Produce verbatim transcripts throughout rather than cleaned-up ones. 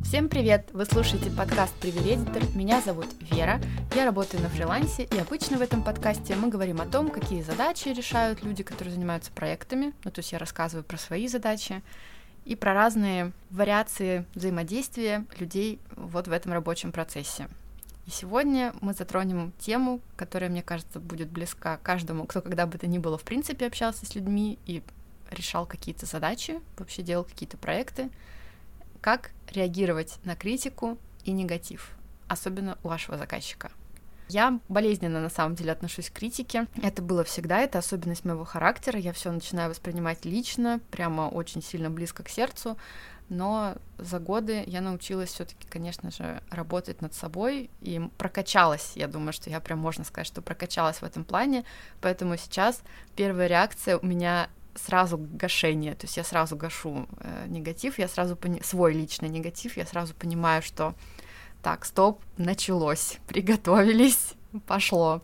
Всем привет! Вы слушаете подкаст «Привет-эдитор». Меня зовут Вера, я работаю на фрилансе, и обычно в этом подкасте мы говорим о том, какие задачи решают люди, которые занимаются проектами, ну то есть я рассказываю про свои задачи, и про разные вариации взаимодействия людей вот в этом рабочем процессе. И сегодня мы затронем тему, которая, мне кажется, будет близка каждому, кто когда бы то ни было в принципе общался с людьми и решал какие-то задачи, вообще делал какие-то проекты. Как реагировать на критику и негатив, особенно у вашего заказчика. Я болезненно на самом деле отношусь к критике. Это было всегда, это особенность моего характера. Я все начинаю воспринимать лично, прямо очень сильно близко к сердцу. Но за годы я научилась все-таки, конечно же, работать над собой и прокачалась. Я думаю, что я прям можно сказать, что прокачалась в этом плане. Поэтому сейчас первая реакция у меня сразу гашение, то есть я сразу гашу э, негатив, я сразу пони... свой личный негатив, я сразу понимаю, что так, стоп, началось, приготовились, пошло.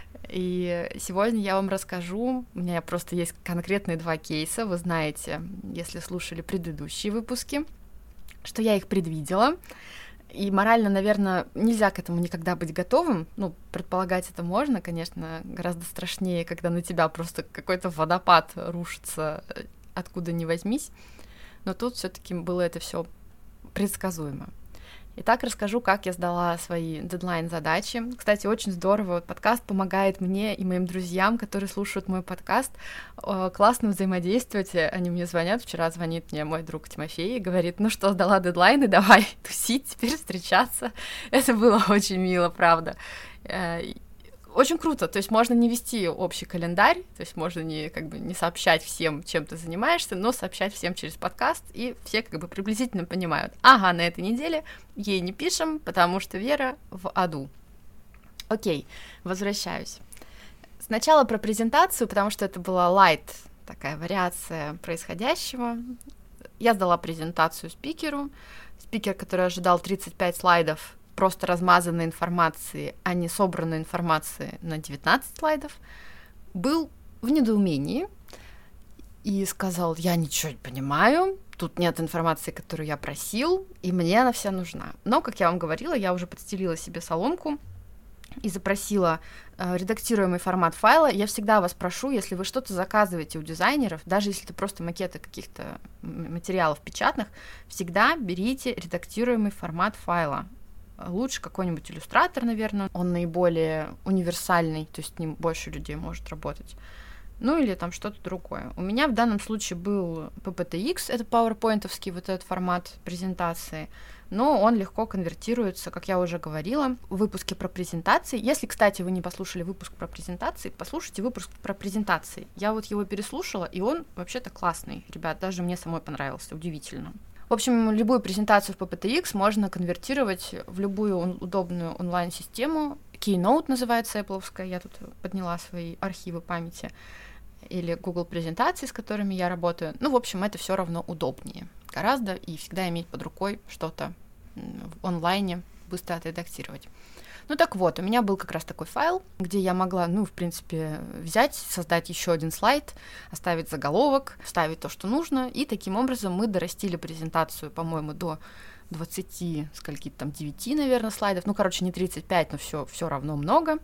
И сегодня я вам расскажу, у меня просто есть конкретные два кейса, вы знаете, если слушали предыдущие выпуски, что я их предвидела. И морально, наверное, нельзя к этому никогда быть готовым. Ну, предполагать это можно, конечно, гораздо страшнее, когда на тебя просто какой-то водопад рушится, откуда ни возьмись. Но тут все-таки было это все предсказуемо. Итак, расскажу, как я сдала свои дедлайн-задачи. Кстати, очень здорово, вот подкаст помогает мне и моим друзьям, которые слушают мой подкаст, классно взаимодействовать. Они мне звонят, вчера звонит мне мой друг Тимофей и говорит: ну что, сдала дедлайны, давай тусить, теперь встречаться. Это было очень мило, правда. Очень круто, то есть можно не вести общий календарь, то есть можно не, как бы, не сообщать всем, чем ты занимаешься, но сообщать всем через подкаст, и все как бы приблизительно понимают: ага, на этой неделе ей не пишем, потому что Вера в аду. Окей, возвращаюсь. Сначала про презентацию, потому что это была лайт, такая вариация происходящего. Я сдала презентацию спикеру, спикер, который ожидал тридцать пять слайдов, просто размазанной информации, а не собранной информации на девятнадцать слайдов, был в недоумении и сказал: я ничего не понимаю, тут нет информации, которую я просил, и мне она вся нужна. Но, как я вам говорила, я уже подстелила себе соломку и запросила э, редактируемый формат файла. Я всегда вас прошу, если вы что-то заказываете у дизайнеров, даже если это просто макеты каких-то материалов печатных, всегда берите редактируемый формат файла. Лучше какой-нибудь иллюстратор, наверное, он наиболее универсальный, то есть с ним больше людей может работать. Ну или там что-то другое. У меня в данном случае был пи пи ти икс, это PowerPoint-овский вот этот формат презентации, но он легко конвертируется, как я уже говорила, в выпуске про презентации. Если, кстати, вы не послушали выпуск про презентации, послушайте выпуск про презентации. Я вот его переслушала, и он вообще-то классный, ребят, даже мне самой понравился, удивительно. В общем, любую презентацию в пи пи ти икс можно конвертировать в любую удобную онлайн-систему. Keynote называется Apple'овская, я тут подняла свои архивы памяти. Или Google презентации, с которыми я работаю. Ну, в общем, это все равно удобнее гораздо, и всегда иметь под рукой что-то в онлайне, быстро отредактировать. Ну так вот, у меня был как раз такой файл, где я могла, ну, в принципе, взять, создать еще один слайд, оставить заголовок, вставить то, что нужно, и таким образом мы дорастили презентацию, по-моему, до двадцати, скольки там, девяти, наверное, слайдов, ну, короче, не тридцать пять, но все, все равно много.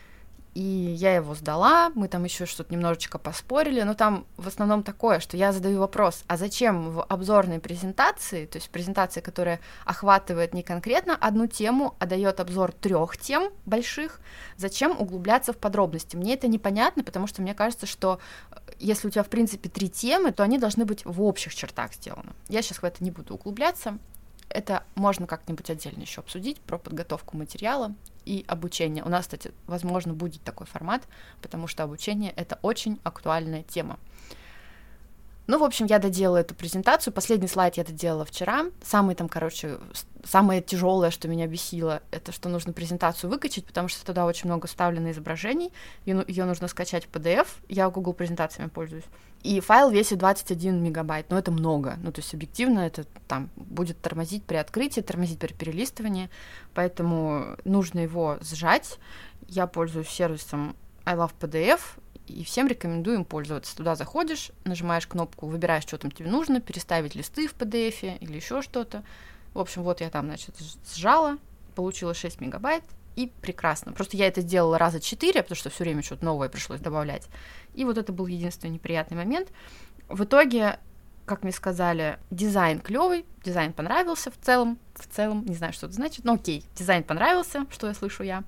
И я его сдала, мы там еще что-то немножечко поспорили, но там в основном такое, что я задаю вопрос: а зачем в обзорной презентации, то есть презентации, которая охватывает не конкретно одну тему, а дает обзор трех тем больших, зачем углубляться в подробности? Мне это непонятно, потому что мне кажется, что если у тебя, в принципе, три темы, то они должны быть в общих чертах сделаны. Я сейчас в это не буду углубляться. Это можно как-нибудь отдельно еще обсудить, про подготовку материала и обучение. У нас, кстати, возможно, будет такой формат, потому что обучение — это очень актуальная тема. Ну, в общем, я доделала эту презентацию. Последний слайд я доделала вчера. Самый там, короче, самое тяжелое, что меня бесило, это что нужно презентацию выкачать, потому что туда очень много вставлено изображений. Ее нужно скачать в пи ди эф. Я Google презентациями пользуюсь. И файл весит двадцать один мегабайт, но это много. Ну, то есть объективно это там будет тормозить при открытии, тормозить при перелистывании, поэтому нужно его сжать. Я пользуюсь сервисом I Love пи ди эф, и всем рекомендую им пользоваться. Туда заходишь, нажимаешь кнопку, выбираешь, что там тебе нужно, переставить листы в пи ди эф или еще что-то. В В общем, вот я там, значит, сжала, получила шесть мегабайт, и прекрасно. Просто я это делала раза четыре, потому что все время что-то новое пришлось добавлять. И вот это был единственный неприятный момент. В итоге, как мне сказали, дизайн клевый, дизайн понравился в целом, в целом, не знаю, что это значит, но окей, дизайн понравился, что я слышу я.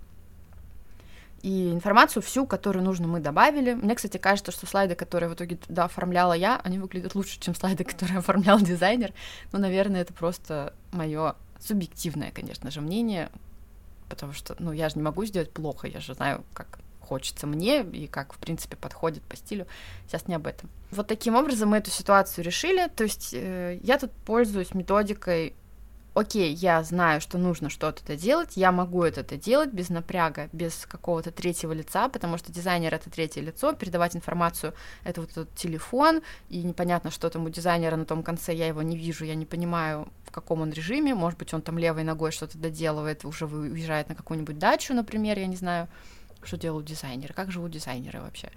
И информацию всю, которую нужно, мы добавили. Мне, кстати, кажется, что слайды, которые в итоге туда оформляла я, они выглядят лучше, чем слайды, которые оформлял дизайнер. Но, наверное, это просто мое субъективное, конечно же, мнение, потому что, ну, я же не могу сделать плохо, я же знаю, как хочется мне и как, в принципе, подходит по стилю. Сейчас не об этом. Вот таким образом мы эту ситуацию решили. То есть э, я тут пользуюсь методикой: окей, я знаю, что нужно что-то доделать, я могу это доделать без напряга, без какого-то третьего лица, потому что дизайнер — это третье лицо, передавать информацию — это вот этот телефон, и непонятно, что там у дизайнера на том конце, я его не вижу, я не понимаю, в каком он режиме, может быть, он там левой ногой что-то доделывает, уже уезжает на какую-нибудь дачу, например, я не знаю, что делают дизайнеры, как живут дизайнеры вообще.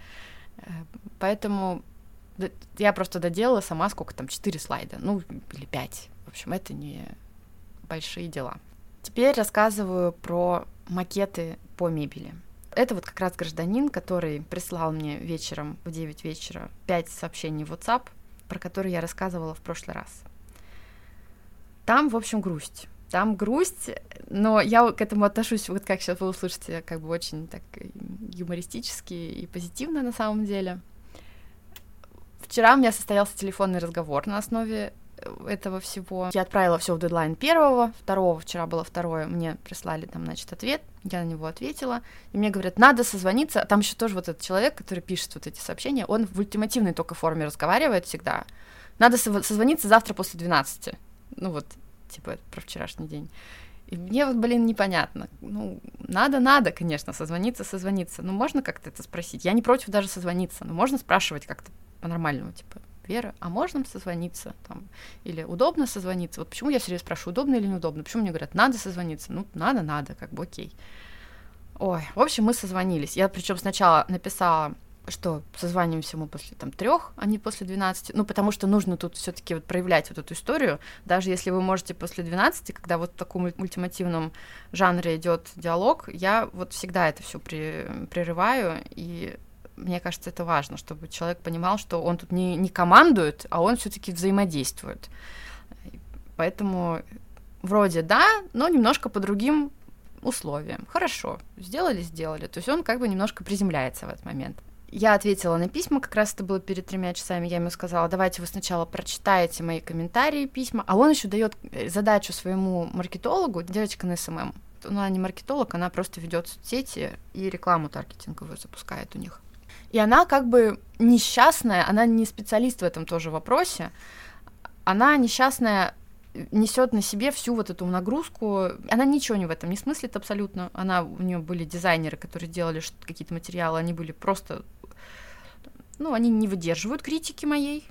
Поэтому я просто доделала сама, сколько там, четыре слайда, ну, или пять. В общем, это не большие дела. Теперь рассказываю про макеты по мебели. Это вот как раз гражданин, который прислал мне вечером в девять вечера пять сообщений в WhatsApp, про которые я рассказывала в прошлый раз. Там, в общем, грусть. Там грусть, но я к этому отношусь, вот как сейчас вы услышите, как бы очень так юмористически и позитивно на самом деле. Вчера у меня состоялся телефонный разговор на основе этого всего. Я отправила все в дедлайн первого, второго, вчера было второе, мне прислали там, значит, ответ, я на него ответила, и мне говорят, надо созвониться, а там еще тоже вот этот человек, который пишет вот эти сообщения, он в ультимативной только форме разговаривает всегда. Надо созвониться завтра после двенадцати. Ну вот, типа, про вчерашний день. И мне вот, блин, непонятно. Ну, надо-надо, конечно, созвониться, созвониться. Ну, можно как-то это спросить? Я не против даже созвониться, но можно спрашивать как-то по-нормальному, типа, Вера, а можно созвониться? Там, или удобно созвониться? Вот почему я все время спрашиваю, удобно или неудобно? Почему мне говорят, надо созвониться? Ну, надо, надо, как бы окей. Ой, в общем, мы созвонились. Я причем сначала написала, что созваниваемся мы после там трех, а не после двенадцати. Ну, потому что нужно тут все-таки вот проявлять вот эту историю. Даже если вы можете после двенадцати, когда вот в таком ультимативном жанре идет диалог, я вот всегда это все при, прерываю, и мне кажется, это важно, чтобы человек понимал, что он тут не, не командует, а он все-таки взаимодействует. Поэтому вроде да, но немножко по другим условиям. Хорошо, сделали, сделали. То есть он как бы немножко приземляется в этот момент. Я ответила на письма, как раз это было перед тремя часами, я ему сказала, давайте вы сначала прочитаете мои комментарии, письма, а он еще дает задачу своему маркетологу, девочка на эс эм эм. Она не маркетолог, она просто ведет соцсети и рекламу таргетинговую запускает у них. И она как бы несчастная, она не специалист в этом тоже вопросе, она несчастная несет на себе всю вот эту нагрузку, она ничего не в этом не смыслит абсолютно, она, у нее были дизайнеры, которые делали какие-то материалы, они были просто, ну, они не выдерживают критики моей,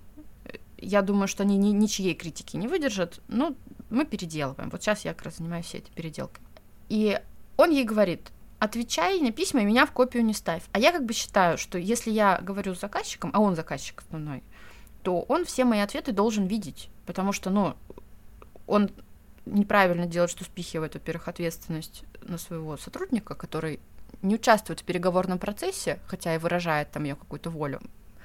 я думаю, что они ни, ничьей критики не выдержат, но мы переделываем, вот сейчас я как раз занимаюсь всей этой переделкой. И он ей говорит, отвечай на письма и меня в копию не ставь. А я как бы считаю, что если я говорю с заказчиком, а он заказчик основной, то он все мои ответы должен видеть, потому что, ну, он неправильно делает, что спихивает, во-первых, ответственность на своего сотрудника, который не участвует в переговорном процессе, хотя и выражает там ее какую-то волю.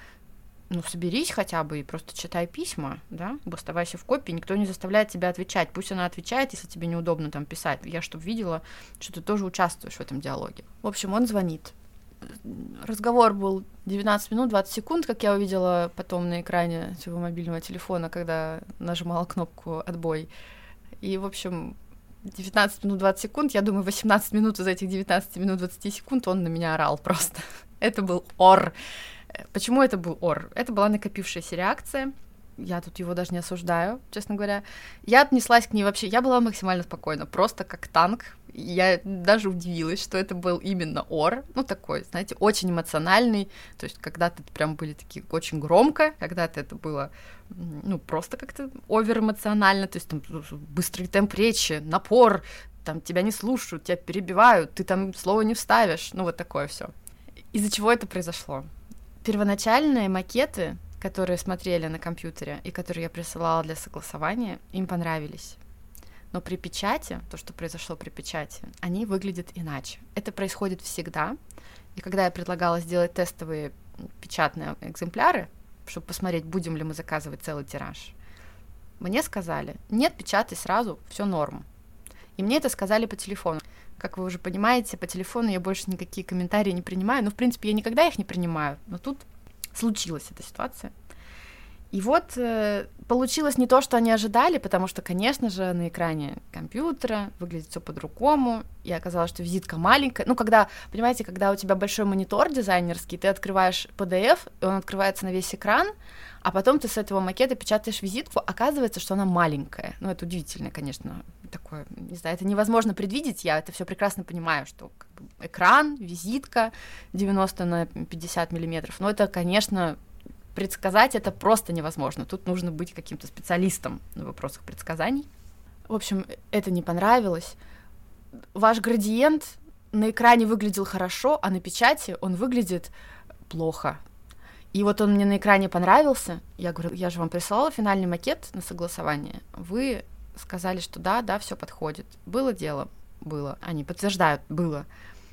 Ну, соберись хотя бы и просто читай письма, да, оставайся в копии, никто не заставляет тебя отвечать, пусть она отвечает, если тебе неудобно там писать, я чтобы видела, что ты тоже участвуешь в этом диалоге. В общем, он звонит. Разговор был девятнадцать минут, двадцать секунд, как я увидела потом на экране своего мобильного телефона, когда нажимала кнопку «Отбой». И, в общем, девятнадцать минут, двадцать секунд, я думаю, восемнадцать минут из этих девятнадцати минут, двадцати секунд он на меня орал просто. Это был ор. Почему это был ор? Это была накопившаяся реакция. Я тут его даже не осуждаю, честно говоря. Я отнеслась к ней вообще, я была максимально спокойна, просто как танк. Я даже удивилась, что это был именно ор, ну такой, знаете, очень эмоциональный, то есть когда-то это прям были такие очень громко, когда-то это было, ну, просто как-то оверэмоционально, то есть там быстрый темп речи, напор, там тебя не слушают, тебя перебивают, ты там слово не вставишь, ну вот такое все. Из-за чего это произошло? Первоначальные макеты, которые смотрели на компьютере и которые я присылала для согласования, им понравились. Но при печати, то, что произошло при печати, они выглядят иначе. Это происходит всегда. И когда я предлагала сделать тестовые печатные экземпляры, чтобы посмотреть, будем ли мы заказывать целый тираж, мне сказали: нет, печатай сразу, все норм. И мне это сказали по телефону. Как вы уже понимаете, по телефону я больше никакие комментарии не принимаю. Ну, в принципе, я никогда их не принимаю, но тут случилась эта ситуация. И вот э, получилось не то, что они ожидали, потому что, конечно же, на экране компьютера выглядит все по-другому, и оказалось, что визитка маленькая. Ну, когда, понимаете, когда у тебя большой монитор дизайнерский, ты открываешь пи ди эф, и он открывается на весь экран, а потом ты с этого макета печатаешь визитку, оказывается, что она маленькая. Ну, это удивительно, конечно, такое, не знаю, это невозможно предвидеть, я это все прекрасно понимаю, что как бы, экран, визитка девяносто на пятьдесят миллиметров, но это, конечно... Предсказать это просто невозможно. Тут нужно быть каким-то специалистом на вопросах предсказаний. В общем, это не понравилось. Ваш градиент на экране выглядел хорошо, а на печати он выглядит плохо. И вот он мне на экране понравился. Я говорю, я же вам присылала финальный макет на согласование. Вы сказали, что да, да, все подходит. Было дело? Было. Они подтверждают, было.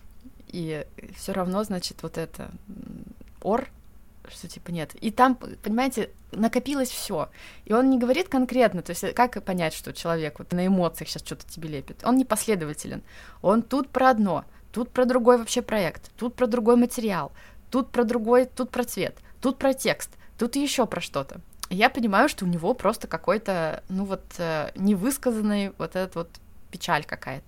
И все равно, значит, вот это ор, что типа нет. И там, понимаете, накопилось все. И он не говорит конкретно, то есть как понять, что человек вот на эмоциях сейчас что-то тебе лепит? Он непоследователен. Он тут про одно, тут про другой вообще проект, тут про другой материал, тут про другой, тут про цвет, тут про текст, тут еще про что-то. И я понимаю, что у него просто какой-то, ну вот, невысказанный вот этот вот печаль какая-то.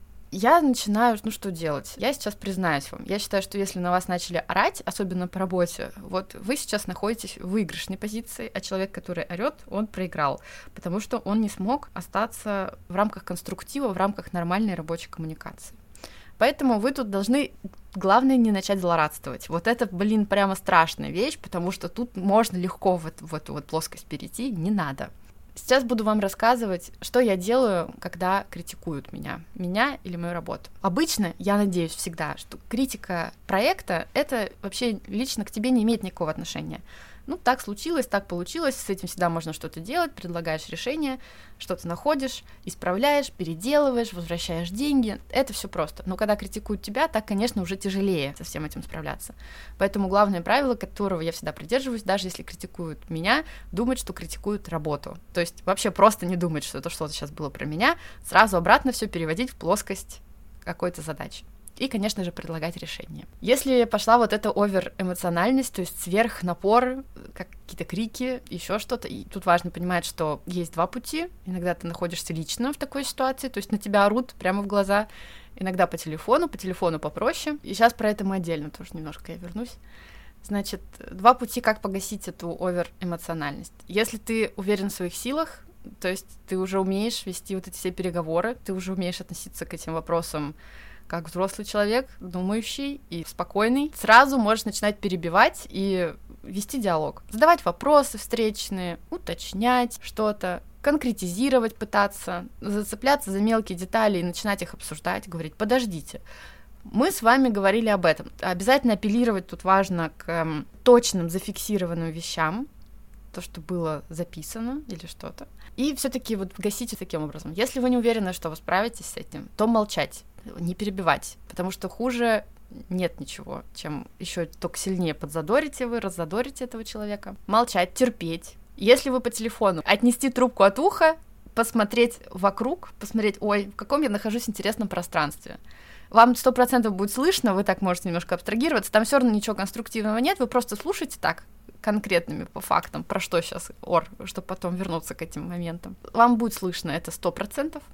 Я начинаю, ну что делать? Я сейчас признаюсь вам. Я считаю, что если на вас начали орать, особенно по работе, вот вы сейчас находитесь в выигрышной позиции, а человек, который орет, он проиграл, потому что он не смог остаться в рамках конструктива, в рамках нормальной рабочей коммуникации. Поэтому вы тут должны, главное, не начать злорадствовать. Вот это, блин, прямо страшная вещь, потому что тут можно легко в эту, в эту вот плоскость перейти, не надо. Сейчас буду вам рассказывать, что я делаю, когда критикуют меня, меня или мою работу. Обычно, я надеюсь всегда, что критика проекта — это вообще лично к тебе не имеет никакого отношения. Ну, так случилось, так получилось, с этим всегда можно что-то делать, предлагаешь решение, что-то находишь, исправляешь, переделываешь, возвращаешь деньги, это все просто. Но когда критикуют тебя, так, конечно, уже тяжелее со всем этим справляться. Поэтому главное правило, которого я всегда придерживаюсь, даже если критикуют меня, думать, что критикуют работу. То есть вообще просто не думать, что это что-то сейчас было про меня, сразу обратно все переводить в плоскость какой-то задачи. И, конечно же, предлагать решение. Если пошла вот эта овер-эмоциональность, то есть сверхнапор, какие-то крики, еще что-то, и тут важно понимать, что есть два пути. Иногда ты находишься лично в такой ситуации, то есть на тебя орут прямо в глаза, иногда по телефону, по телефону попроще. И сейчас про это мы отдельно тоже немножко я вернусь. Значит, два пути, как погасить эту овер-эмоциональность. Если ты уверен в своих силах, то есть ты уже умеешь вести вот эти все переговоры, ты уже умеешь относиться к этим вопросам как взрослый человек, думающий и спокойный, сразу можешь начинать перебивать и вести диалог. Задавать вопросы встречные, уточнять что-то, конкретизировать пытаться, зацепляться за мелкие детали и начинать их обсуждать, говорить: подождите, мы с вами говорили об этом. Обязательно апеллировать тут важно к точным зафиксированным вещам, то, что было записано или что-то. И все-таки вот гасите таким образом. Если вы не уверены, что вы справитесь с этим, то молчать, не перебивать, потому что хуже нет ничего, чем еще только сильнее подзадорите вы, раззадорите этого человека. Молчать, терпеть. Если вы по телефону, отнести трубку от уха, посмотреть вокруг, посмотреть, ой, в каком я нахожусь интересном пространстве. Вам сто процентов будет слышно, вы так можете немножко абстрагироваться, там все равно ничего конструктивного нет, вы просто слушаете так, конкретными по фактам, про что сейчас ор, чтобы потом вернуться к этим моментам. Вам будет слышно это сто процентов.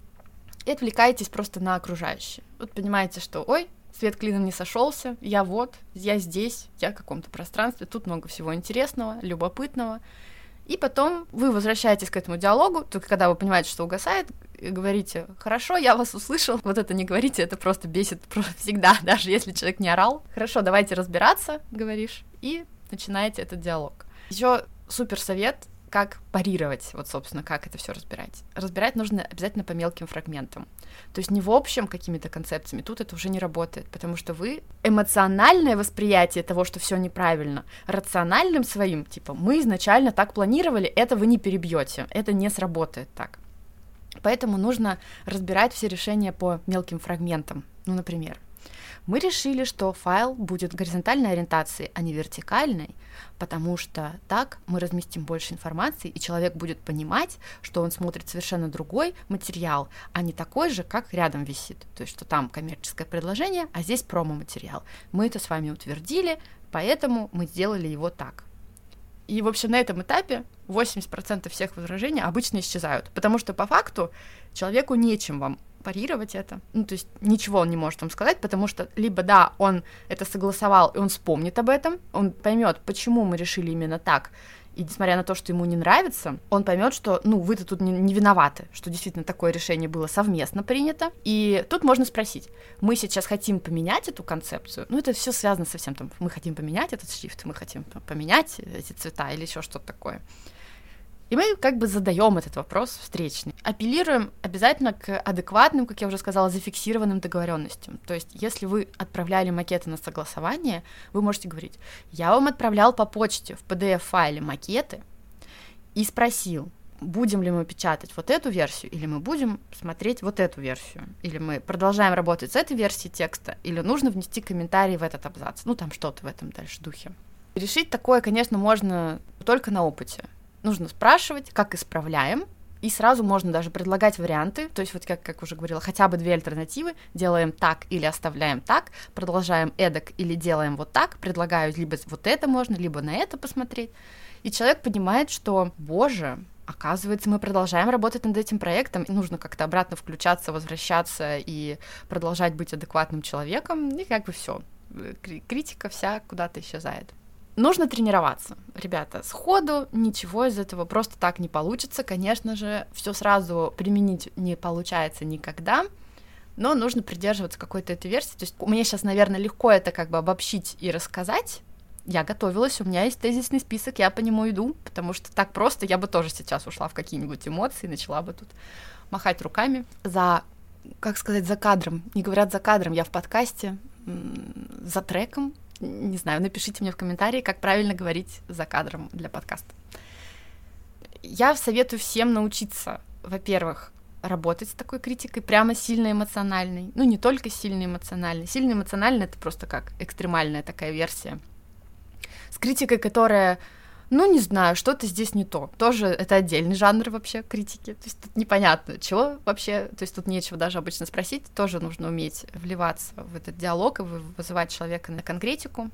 И отвлекаетесь просто на окружающее. Вот понимаете, что, ой, свет клином не сошелся, я вот, я здесь, я в каком-то пространстве, тут много всего интересного, любопытного. И потом вы возвращаетесь к этому диалогу, только когда вы понимаете, что угасает, и говорите: хорошо, я вас услышал. Вот это не говорите, это просто бесит просто всегда, даже если человек не орал. Хорошо, давайте разбираться, говоришь, и начинаете этот диалог. Еще супер совет, как парировать, вот, собственно, как это все разбирать. Разбирать нужно обязательно по мелким фрагментам. То есть не в общем какими-то концепциями, тут это уже не работает, потому что вы эмоциональное восприятие того, что все неправильно, рациональным своим, типа, мы изначально так планировали, это вы не перебьете, это не сработает так. Поэтому нужно разбирать все решения по мелким фрагментам. Ну, например, мы решили, что файл будет горизонтальной ориентации, а не вертикальной, потому что так мы разместим больше информации, и человек будет понимать, что он смотрит совершенно другой материал, а не такой же, как рядом висит. То есть, что там коммерческое предложение, а здесь промо-материал. Мы это с вами утвердили, поэтому мы сделали его так. И, в общем, на этом этапе восемьдесят процентов всех возражений обычно исчезают, потому что по факту человеку нечем вам парировать это. Ну, то есть ничего он не может вам сказать, потому что либо, да, он это согласовал, и он вспомнит об этом, он поймет, почему мы решили именно так, и несмотря на то, что ему не нравится, он поймет, что, ну, вы-то тут не, не виноваты, что действительно такое решение было совместно принято. И тут можно спросить, мы сейчас хотим поменять эту концепцию, ну, это все связано со всем там, мы хотим поменять этот шрифт, мы хотим поменять эти цвета или еще что-то такое. И мы как бы задаем этот вопрос встречный. Апеллируем обязательно к адекватным, как я уже сказала, зафиксированным договоренностям. То есть, если вы отправляли макеты на согласование, вы можете говорить: я вам отправлял по почте в пи ди эф-файле макеты и спросил, будем ли мы печатать вот эту версию, или мы будем смотреть вот эту версию, или мы продолжаем работать с этой версией текста, или нужно внести комментарий в этот абзац. Ну, там что-то в этом дальше духе. Решить такое, конечно, можно только на опыте. Нужно спрашивать, как исправляем, и сразу можно даже предлагать варианты, то есть вот как, как уже говорила, хотя бы две альтернативы, делаем так или оставляем так, продолжаем эдак или делаем вот так, предлагаю либо вот это можно, либо на это посмотреть, и человек понимает, что, боже, оказывается, мы продолжаем работать над этим проектом, и нужно как-то обратно включаться, возвращаться и продолжать быть адекватным человеком, и как бы все, критика вся куда-то исчезает. Нужно тренироваться, ребята, сходу ничего из этого просто так не получится, конечно же, все сразу применить не получается никогда, но нужно придерживаться какой-то этой версии, то есть у меня сейчас, наверное, легко это как бы обобщить и рассказать, я готовилась, у меня есть тезисный список, я по нему иду, потому что так просто я бы тоже сейчас ушла в какие-нибудь эмоции, начала бы тут махать руками за, как сказать, за кадром, не говорят за кадром, я в подкасте, за треком. Не знаю, напишите мне в комментарии, как правильно говорить за кадром для подкаста. Я советую всем научиться, во-первых, работать с такой критикой, прямо сильно эмоциональной. Ну, не только сильно эмоциональной. Сильно эмоциональной — это просто как экстремальная такая версия. С критикой, которая, ну, не знаю, что-то здесь не то. Тоже это отдельный жанр вообще критики. То есть тут непонятно, чего вообще, то есть тут нечего даже обычно спросить. Тоже нужно уметь вливаться в этот диалог и вызывать человека на конкретику.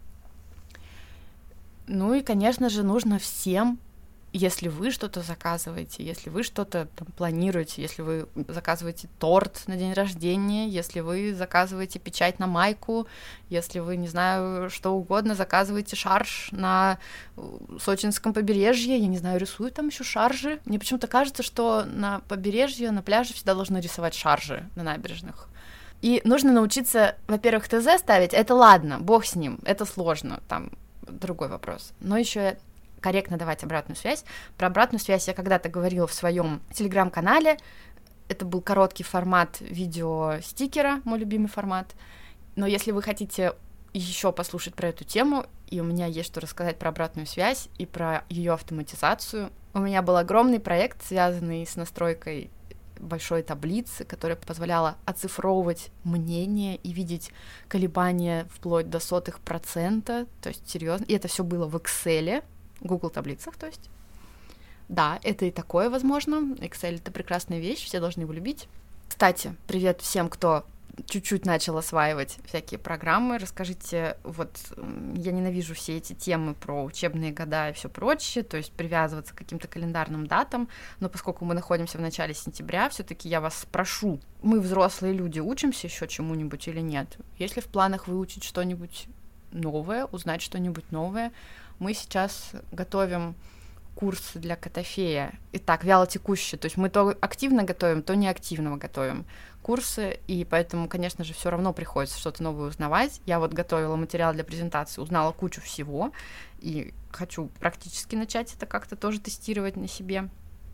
Ну и, конечно же, нужно всем, если вы что-то заказываете, если вы что-то там планируете, если вы заказываете торт на день рождения, если вы заказываете печать на майку, если вы, не знаю, что угодно, заказываете шарж на Сочинском побережье, я не знаю, рисуют там еще шаржи. Мне почему-то кажется, что на побережье, на пляже всегда должны рисовать шаржи на набережных. И нужно научиться, во-первых, ТЗ ставить, это ладно, бог с ним, это сложно, там другой вопрос, но еще корректно давать обратную связь. Про обратную связь я когда-то говорила в своем телеграм-канале. Это был короткий формат видео-стикера, мой любимый формат. Но если вы хотите еще послушать про эту тему, и у меня есть что рассказать про обратную связь и про ее автоматизацию, у меня был огромный проект, связанный с настройкой большой таблицы, которая позволяла оцифровывать мнение и видеть колебания вплоть до сотых процента. То есть, серьезно. И это все было в Excel, Google таблицах, то есть. Да, это и такое возможно. Excel — это прекрасная вещь, все должны его любить. Кстати, привет всем, кто чуть-чуть начал осваивать всякие программы. Расскажите, вот я ненавижу все эти темы про учебные года и все прочее, то есть привязываться к каким-то календарным датам, но поскольку мы находимся в начале сентября, все-таки я вас спрошу, мы, взрослые люди, учимся еще чему-нибудь или нет? Если в планах выучить что-нибудь новое, узнать что-нибудь новое, мы сейчас готовим курс для Котофея. Итак, вялотекущие, то есть мы то активно готовим, то неактивно готовим курсы, и поэтому, конечно же, все равно приходится что-то новое узнавать. Я вот готовила материал для презентации, узнала кучу всего, и хочу практически начать это как-то тоже тестировать на себе,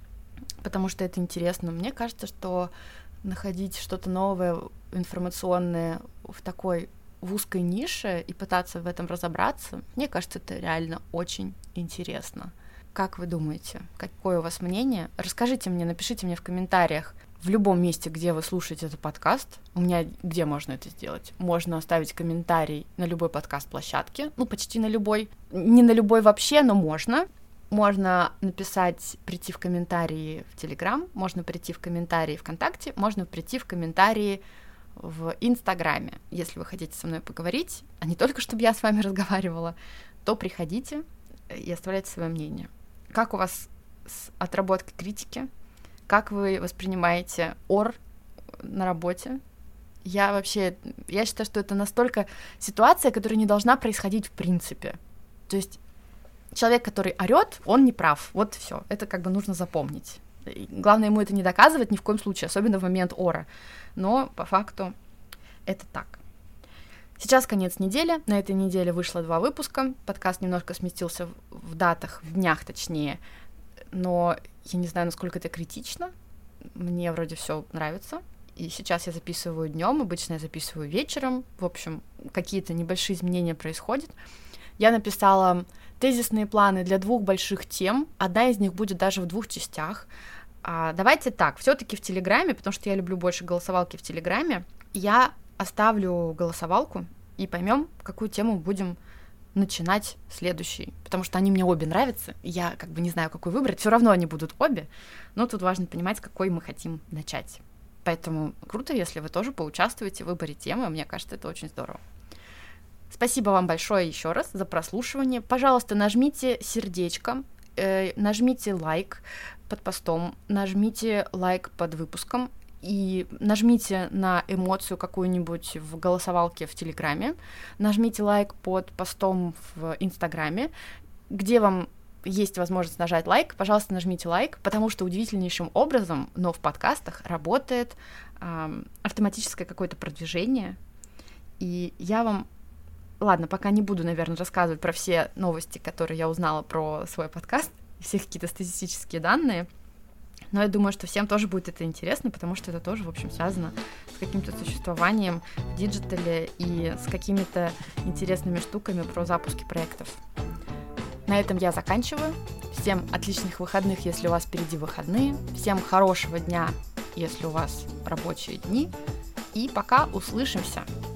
потому что это интересно. Мне кажется, что находить что-то новое, информационное в такой в узкой нише и пытаться в этом разобраться, мне кажется, это реально очень интересно. как вы думаете, какое у вас мнение? Расскажите мне, напишите мне в комментариях в любом месте, где вы слушаете этот подкаст. У меня где можно это сделать? Можно оставить комментарий на любой подкаст-площадке, ну, почти на любой. Не на любой вообще, но можно. Можно написать, прийти в комментарии в Телеграм, можно прийти в комментарии ВКонтакте, можно прийти в комментарии в Инстаграме. Если вы хотите со мной поговорить, а не только чтобы я с вами разговаривала, то приходите и оставляйте свое мнение. Как у вас с отработкой критики? Как вы воспринимаете ор на работе? Я вообще, я считаю, что это настолько ситуация, которая не должна происходить в принципе. То есть человек, который орет, он не прав. Вот все. Это как бы нужно запомнить. И главное ему это не доказывать ни в коем случае, особенно в момент ора. Но по факту это так. Сейчас конец недели. На этой неделе вышло два выпуска. Подкаст немножко сместился в датах, в днях точнее. Но я не знаю, насколько это критично. Мне вроде все нравится. И сейчас я записываю днем, обычно я записываю вечером. В общем, какие-то небольшие изменения происходят. Я написала тезисные планы для двух больших тем. Одна из них будет даже в двух частях. А давайте так, все-таки в Телеграме, потому что я люблю больше голосовалки в Телеграме, я оставлю голосовалку и поймем, какую тему будем начинать следующий, потому что они мне обе нравятся, и я как бы не знаю, какой выбрать, все равно они будут обе, но тут важно понимать, какой мы хотим начать. Поэтому круто, если вы тоже поучаствуете в выборе темы, мне кажется, это очень здорово. Спасибо вам большое еще раз за прослушивание. Пожалуйста, нажмите сердечко, э, нажмите лайк под постом, нажмите лайк под выпуском и нажмите на эмоцию какую-нибудь в голосовалке в Телеграме, нажмите лайк под постом в Инстаграме, где вам есть возможность нажать лайк, пожалуйста, нажмите лайк, потому что удивительнейшим образом, но в подкастах работает э, автоматическое какое-то продвижение, и я вам... Ладно, пока не буду, наверное, рассказывать про все новости, которые я узнала про свой подкаст, все какие-то статистические данные, но я думаю, что всем тоже будет это интересно, потому что это тоже, в общем, связано с каким-то существованием в диджитале и с какими-то интересными штуками про запуски проектов. На этом я заканчиваю. Всем отличных выходных, если у вас впереди выходные. Всем хорошего дня, если у вас рабочие дни. И пока услышимся.